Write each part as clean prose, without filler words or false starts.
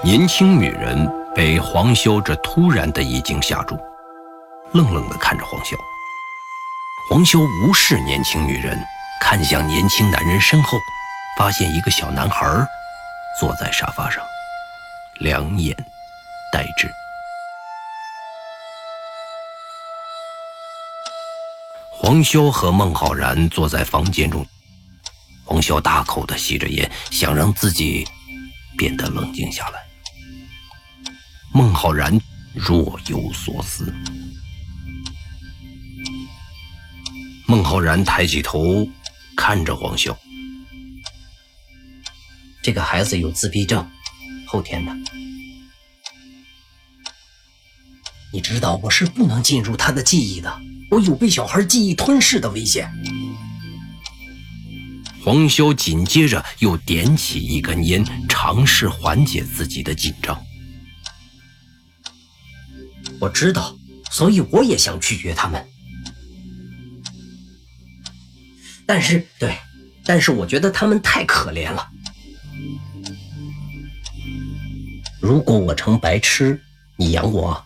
年轻女人被黄潇这突然的一惊吓住，愣愣地看着黄潇。黄潇无视年轻女人，看向年轻男人身后，发现一个小男孩坐在沙发上，两眼呆滞。黄潇和孟浩然坐在房间中，黄潇大口地吸着烟，想让自己变得冷静下来。孟浩然若有所思。孟浩然抬起头看着黄潇， 这个孩子有自闭症，后天的。你知道我是不能进入他的记忆的，我有被小孩记忆吞噬的危险。 黄潇紧接着又点起一根烟，尝试缓解自己的紧张。 我知道，所以我也想拒绝他们。但是我觉得他们太可怜了。如果我成白痴，你养我，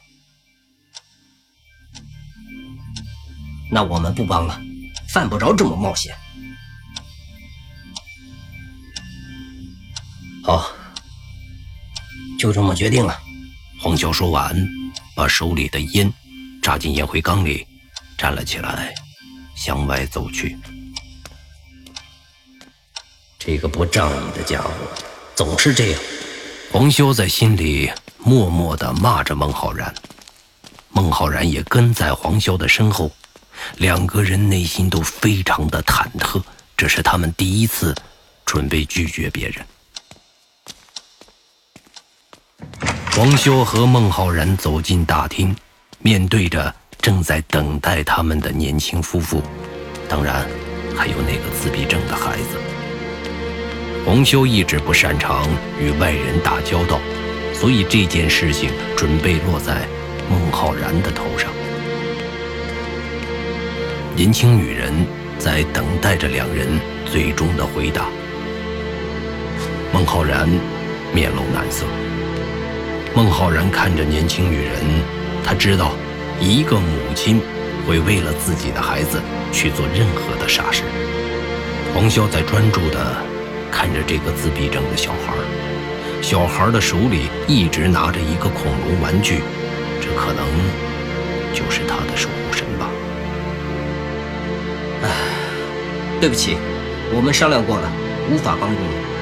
那我们不帮了，犯不着这么冒险。好，就这么决定了。 黄潇说完，把手里的烟扎进烟灰缸里，站了起来，向外走去。 这个不仗义的家伙总是这样。 黄潇在心里默默地骂着孟浩然，孟浩然也跟在黄潇的身后，两个人内心都非常的忐忑，这是他们第一次准备拒绝别人。黄潇和孟浩然走进大厅，面对着正在等待他们的年轻夫妇，当然还有那个自闭症的孩子。黄潇一直不擅长与外人打交道，所以这件事情准备落在孟浩然的头上。年轻女人在等待着两人最终的回答。孟浩然面露难色。孟浩然看着年轻女人，他知道一个母亲会为了自己的孩子去做任何的傻事。黄潇在专注地看着这个自闭症的小孩，小孩的手里一直拿着一个恐龙玩具，这可能就是他的守护神吧。 对不起，我们商量过了，无法帮助你。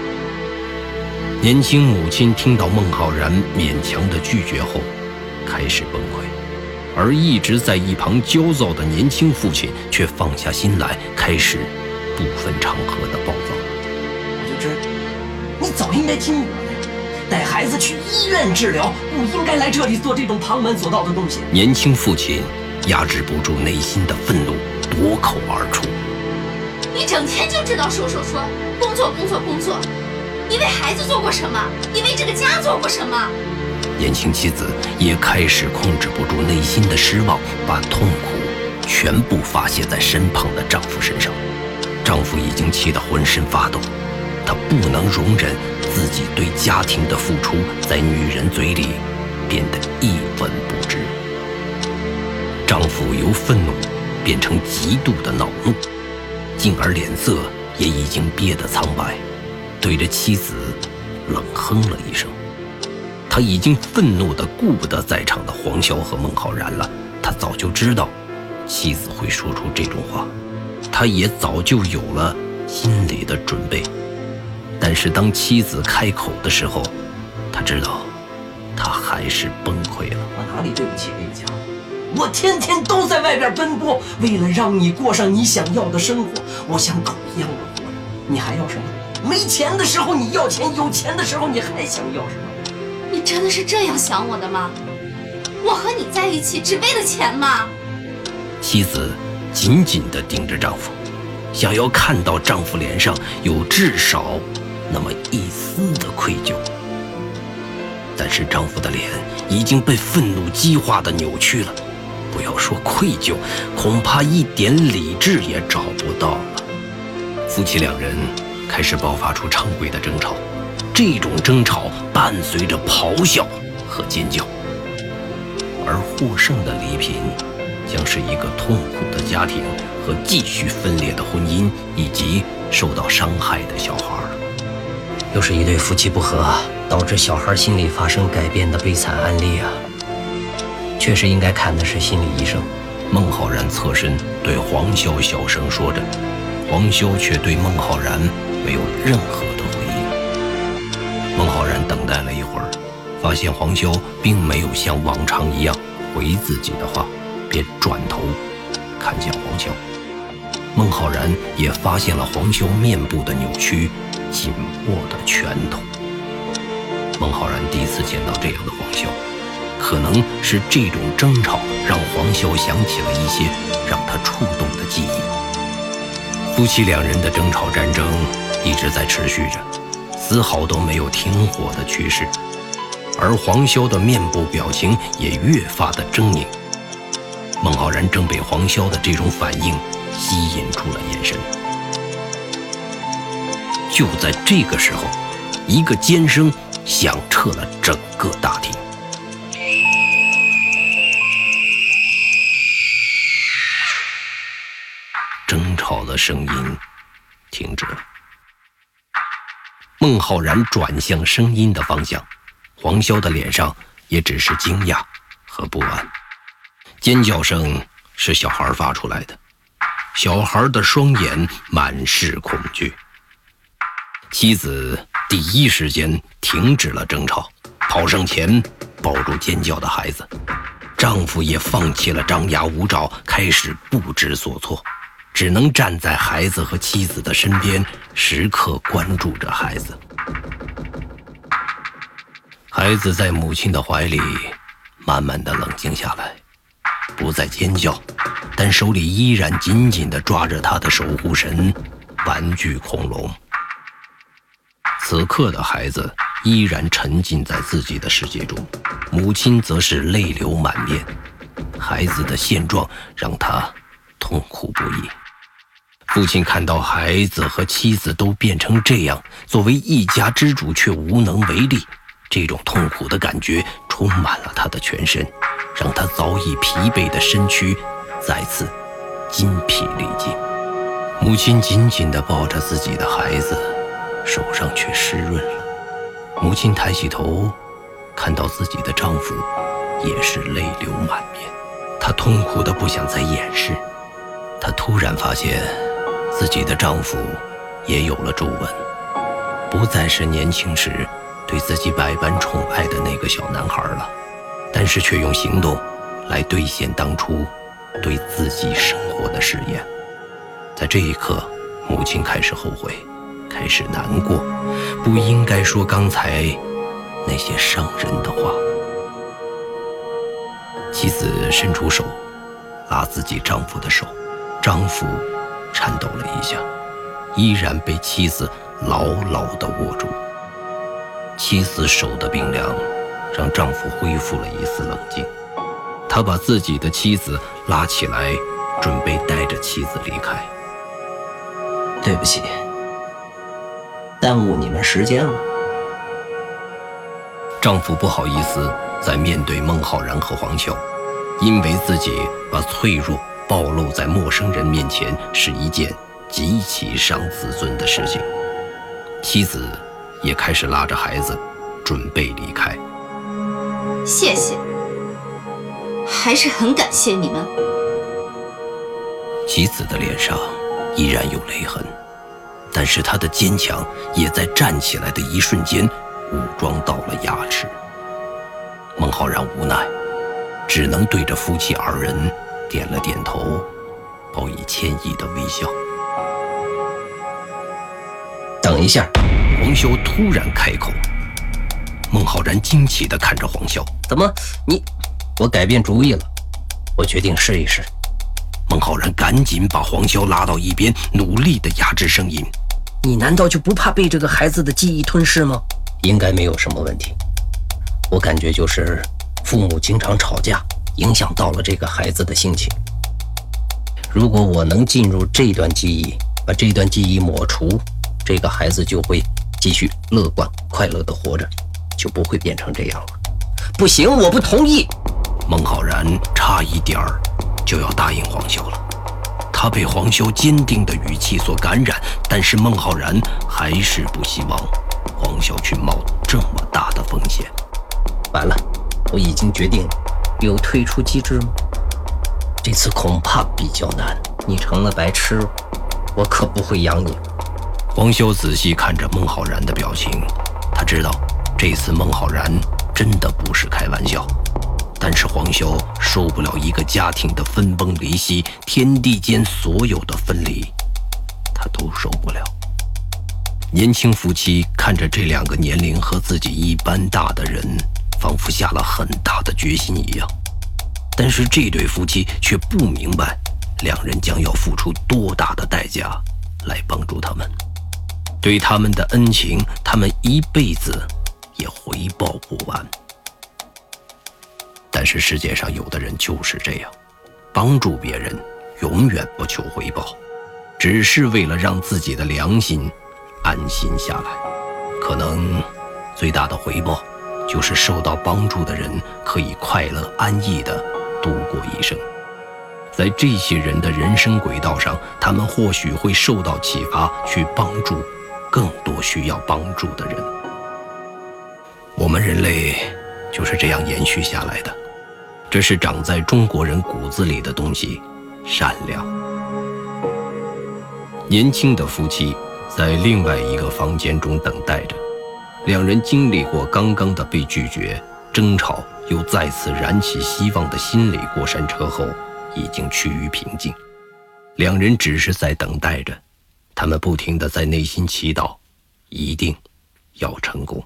年轻母亲听到孟浩然勉强的拒绝后，开始崩溃，而一直在一旁焦躁的年轻父亲却放下心来，开始不分场合的暴躁。 我就知道，你早应该听我的，带孩子去医院治疗，不应该来这里做这种旁门左道的东西。 年轻父亲压制不住内心的愤怒，夺口而出： 你整天就知道说，工作工作工作，你为孩子做过什么？你为这个家做过什么？ 年轻妻子也开始控制不住内心的失望，把痛苦全部发泄在身旁的丈夫身上。丈夫已经气得浑身发抖，他不能容忍自己对家庭的付出在女人嘴里变得一文不值。丈夫由愤怒变成极度的恼怒，进而脸色也已经憋得苍白，对着妻子冷哼了一声。他已经愤怒得顾不得在场的黄潇和孟浩然了，他早就知道妻子会说出这种话，他也早就有了心理的准备。但是当妻子开口的时候，他知道他还是崩溃了。 我哪里对不起这个家？我天天都在外边奔波，为了让你过上你想要的生活，我像狗一样的活着。你还要什么？没钱的时候你要钱，有钱的时候你还想要什么？ 你真的是这样想我的吗？我和你在一起只为了钱吗？ 妻子紧紧地盯着丈夫，想要看到丈夫脸上有至少那么一丝的愧疚。但是丈夫的脸已经被愤怒激化的扭曲了，不要说愧疚，恐怕一点理智也找不到了。夫妻两人开始爆发出常规的争吵， 这种争吵伴随着咆哮和尖叫，而获胜的礼品将是一个痛苦的家庭和继续分裂的婚姻，以及受到伤害的小孩。 又是一对夫妻不和，导致小孩心理发生改变的悲惨案例啊！确实应该看的是心理医生。 孟浩然侧身对黄潇小声说着，黄潇却对孟浩然没有任何的回应。孟浩然等待了一会儿，发现黄潇并没有像往常一样回自己的话，便转头看向黄潇。孟浩然也发现了黄潇面部的扭曲，紧握的拳头。孟浩然第一次见到这样的黄潇，可能是这种争吵让黄潇想起了一些让他触动的记忆。夫妻两人的争吵战争一直在持续着，丝毫都没有停火的趋势，而黄潇的面部表情也越发的狰狞。孟浩然正被黄潇的这种反应吸引住了眼神。就在这个时候，一个尖声响彻了整个大厅。争吵的声音停止了。孟浩然转向声音的方向，黄潇的脸上也只是惊讶和不安。尖叫声是小孩发出来的，小孩的双眼满是恐惧。妻子第一时间停止了争吵，跑上前抱住尖叫的孩子。丈夫也放弃了张牙舞爪，开始不知所措，只能站在孩子和妻子的身边，时刻关注着孩子。孩子在母亲的怀里慢慢地冷静下来，不再尖叫，但手里依然紧紧地抓着他的守护神玩具恐龙。此刻的孩子依然沉浸在自己的世界中，母亲则是泪流满面。孩子的现状让他痛苦不已。父亲看到孩子和妻子都变成这样，作为一家之主却无能为力，这种痛苦的感觉充满了他的全身，让他早已疲惫的身躯再次筋疲力尽。母亲紧紧地抱着自己的孩子，手上却湿润了。母亲抬起头，看到自己的丈夫也是泪流满面，她痛苦得不想再掩饰。她突然发现自己的丈夫也有了皱纹，不再是年轻时对自己百般宠爱的那个小男孩了，但是却用行动来兑现当初对自己生活的誓言。在这一刻，母亲开始后悔，开始难过，不应该说刚才那些伤人的话。妻子伸出手拉自己丈夫的手，丈夫颤抖了一下，依然被妻子牢牢地握住。妻子手的冰凉让丈夫恢复了一丝冷静，他把自己的妻子拉起来，准备带着妻子离开。 对不起，耽误你们时间了。 丈夫不好意思再面对孟浩然和黄潇，因为自己把脆弱暴露在陌生人面前是一件极其伤自尊的事情。妻子也开始拉着孩子准备离开。 谢谢，还是很感谢你们。 妻子的脸上依然有泪痕，但是她的坚强也在站起来的一瞬间武装到了牙齿。孟浩然无奈，只能对着夫妻二人点了点头，报以歉意的微笑。 等一下， 黄潇突然开口。孟浩然惊奇地看着黄潇， 怎么我改变主意了，我决定试一试。 孟浩然赶紧把黄潇拉到一边，努力地压制声音。 你难道就不怕被这个孩子的记忆吞噬吗？应该没有什么问题。我感觉就是父母经常吵架，影响到了这个孩子的心情。如果我能进入这段记忆，把这段记忆抹除，这个孩子就会继续乐观快乐的活着，就不会变成这样了。不行，我不同意。 孟浩然差一点儿就要答应黄潇了，他被黄潇坚定的语气所感染，但是孟浩然还是不希望黄潇去冒这么大的风险。 完了，我已经决定了。有退出机制吗？这次恐怕比较难，你成了白痴，我可不会养你。 黄潇仔细看着孟浩然的表情，他知道这次孟浩然真的不是开玩笑，但是黄潇受不了一个家庭的分崩离析，天地间所有的分离他都受不了。年轻夫妻看着这两个年龄和自己一般大的人，仿佛下了很大的决心一样，但是这对夫妻却不明白两人将要付出多大的代价来帮助他们。对他们的恩情，他们一辈子也回报不完。但是世界上有的人就是这样，帮助别人永远不求回报，只是为了让自己的良心安心下来。可能最大的回报就是受到帮助的人可以快乐安逸地度过一生。在这些人的人生轨道上，他们或许会受到启发，去帮助更多需要帮助的人。我们人类就是这样延续下来的，这是长在中国人骨子里的东西，善良。年轻的夫妻在另外一个房间中等待着，两人经历过刚刚的被拒绝、争吵，又再次燃起希望的心理过山车后，已经趋于平静。两人只是在等待着，他们不停地在内心祈祷，一定要成功。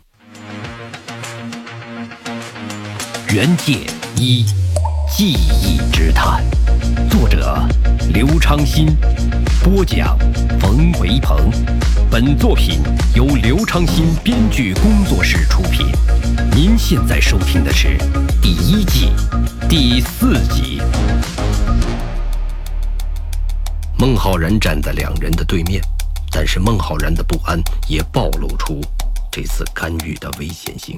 原界一，记忆之谈，作者刘昌新，播讲冯维鹏。本作品由刘昌新编剧工作室出品。您现在收听的是第1季第4集。孟浩然站在两人的对面，但是孟浩然的不安也暴露出这次干预的危险性。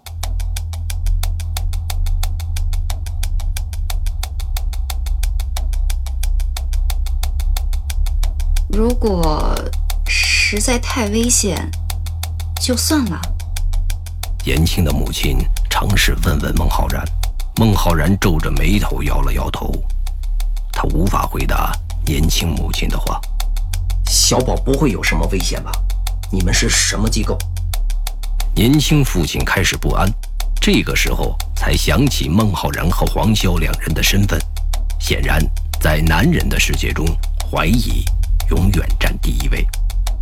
如果实在太危险，就算了。 年轻的母亲尝试问问孟浩然，孟浩然皱着眉头摇了摇头，他无法回答年轻母亲的话。 小宝不会有什么危险吧？你们是什么机构？ 年轻父亲开始不安，这个时候才想起孟浩然和黄潇两人的身份。显然，在男人的世界中，怀疑永远占第一位。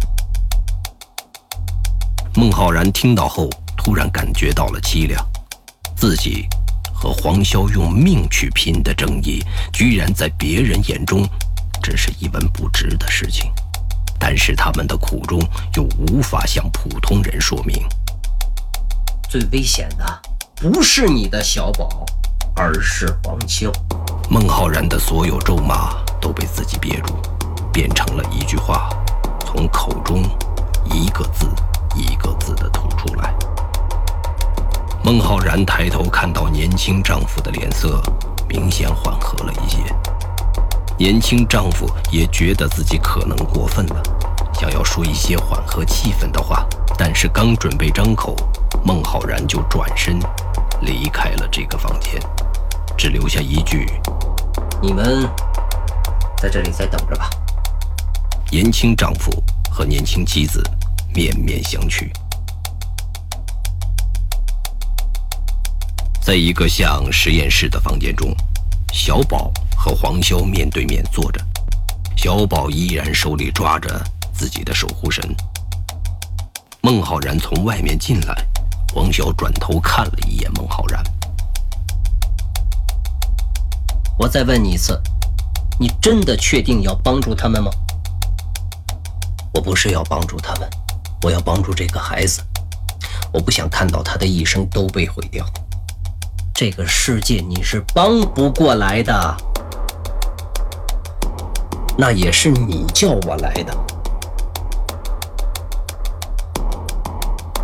孟浩然听到后，突然感觉到了凄凉，自己和黄潇用命去拼的正义，居然在别人眼中只是一文不值的事情。但是他们的苦衷又无法向普通人说明。 最危险的不是你的小宝，而是黄潇。 孟浩然的所有咒骂都被自己憋住，变成了一句话，从口中一个字一个字地吐出来。孟浩然抬头看到年轻丈夫的脸色明显缓和了一些，年轻丈夫也觉得自己可能过分了，想要说一些缓和气氛的话，但是刚准备张口，孟浩然就转身离开了这个房间，只留下一句： 你们在这里再等着吧。 年轻丈夫和年轻妻子面面相觑。在一个像实验室的房间中，小宝和黄潇面对面坐着，小宝依然手里抓着自己的守护神。孟浩然从外面进来，黄潇转头看了一眼孟浩然。 我再问你一次，你真的确定要帮助他们吗？我不是要帮助他们，我要帮助这个孩子。我不想看到他的一生都被毁掉。这个世界你是帮不过来的，那也是你叫我来的。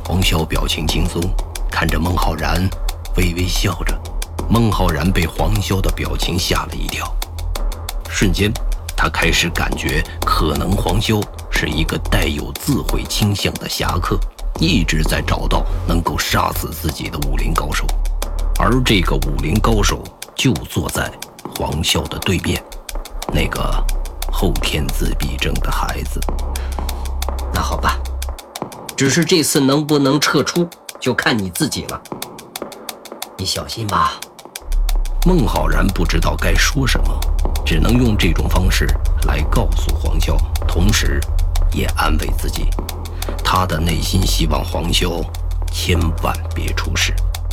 黄潇表情轻松，看着孟浩然，微微笑着。孟浩然被黄潇的表情吓了一跳，瞬间他开始感觉可能黄潇是一个带有自毁倾向的侠客，一直在找到能够杀死自己的武林高手，而这个武林高手就坐在黄潇的对面，那个后天自闭症的孩子。 那好吧，只是这次能不能撤出就看你自己了，你小心吧。 孟浩然不知道该说什么，只能用这种方式来告诉黄潇，同时也安慰自己，他的内心希望黄潇千万别出事。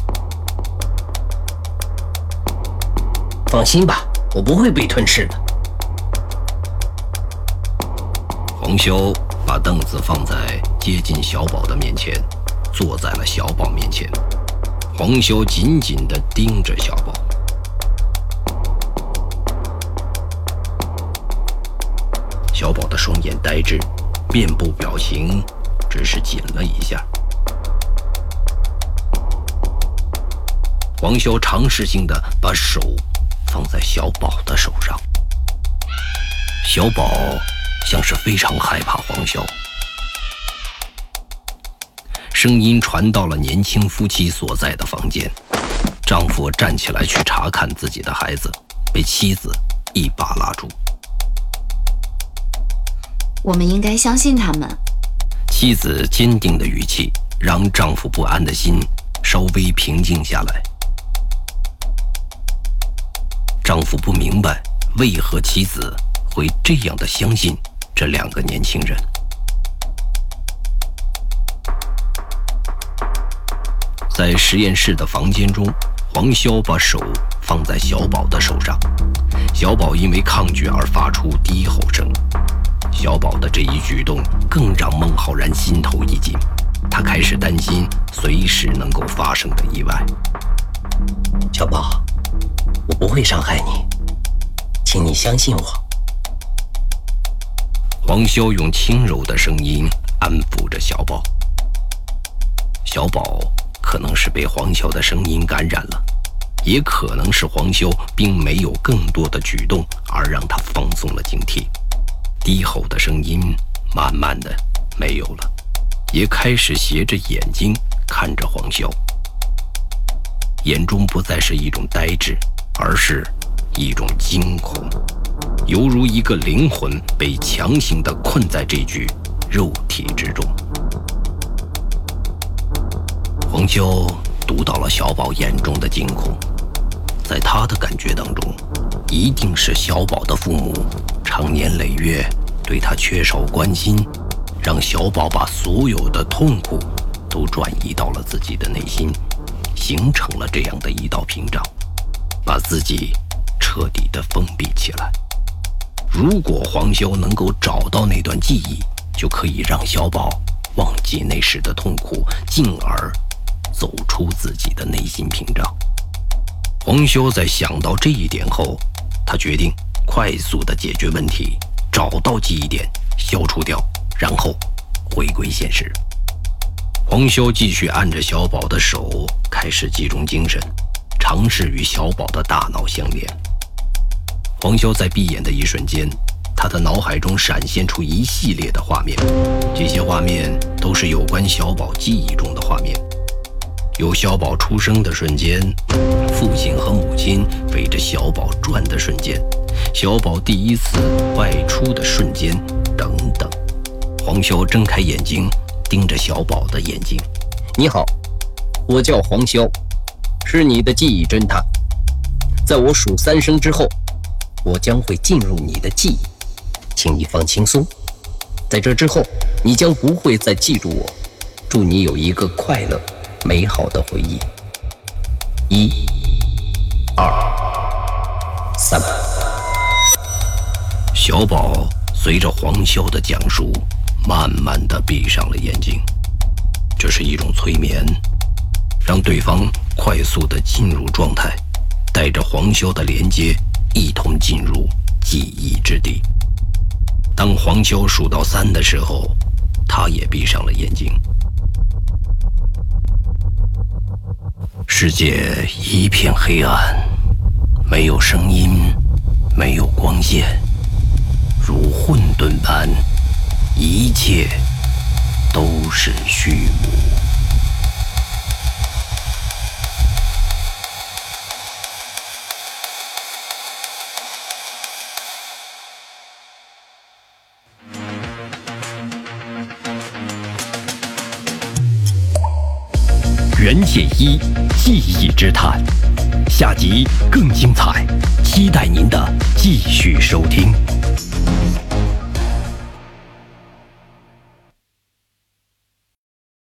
放心吧，我不会被吞噬的。 黄潇把凳子放在接近小宝的面前，坐在了小宝面前。黄潇紧紧地盯着小宝。小宝的双眼呆滞，面部表情只是紧了一下。黄潇尝试性地把手放在小宝的手上，小宝像是非常害怕黄潇。声音传到了年轻夫妻所在的房间，丈夫站起来去查看自己的孩子，被妻子一把拉住。 我们应该相信他们。 妻子坚定的语气让丈夫不安的心稍微平静下来。丈夫不明白为何妻子会这样的相信这两个年轻人。在实验室的房间中，黄潇把手放在小宝的手上，小宝因为抗拒而发出低吼声。小宝的这一举动更让孟浩然心头一紧，他开始担心随时能够发生的意外。 小宝，我不会伤害你，请你相信我。 黄潇用轻柔的声音安抚着小宝。小宝可能是被黄潇的声音感染了，也可能是黄潇并没有更多的举动而让他放松了警惕。低吼的声音慢慢的没有了，也开始斜着眼睛看着黄潇，眼中不再是一种呆滞，而是一种惊恐，犹如一个灵魂被强行地困在这具肉体之中。黄潇读到了小宝眼中的惊恐，在他的感觉当中，一定是小宝的父母长年累月对他缺少关心，让小宝把所有的痛苦都转移到了自己的内心，形成了这样的一道屏障，把自己彻底的封闭起来。如果黄潇能够找到那段记忆，就可以让小宝忘记那时的痛苦，进而走出自己的内心屏障。黄潇在想到这一点后，他决定快速的解决问题，找到记忆点，消除掉，然后回归现实。黄潇继续按着小宝的手，开始集中精神，尝试与小宝的大脑相连。黄潇在闭眼的一瞬间，他的脑海中闪现出一系列的画面，这些画面都是有关小宝记忆中的画面，有小宝出生的瞬间，父亲和母亲围着小宝转的瞬间，小宝第一次外出的瞬间等等。黄潇睁开眼睛，盯着小宝的眼睛。 你好，我叫黄潇，是你的记忆侦探。在我数3声之后，我将会进入你的记忆，请你放轻松。在这之后，你将不会再记住我。祝你有一个快乐美好的回忆。1、2、3。 小宝随着黄潇的讲述，慢慢地闭上了眼睛。这是一种催眠，让对方快速地进入状态，带着黄潇的连接，一同进入记忆之地。当黄潇数到3的时候，他也闭上了眼睛。 世界一片黑暗，没有声音，没有光线，如混沌般，一切都是虚无。袁解一记忆之谈，下集更精彩，期待您的继续收听。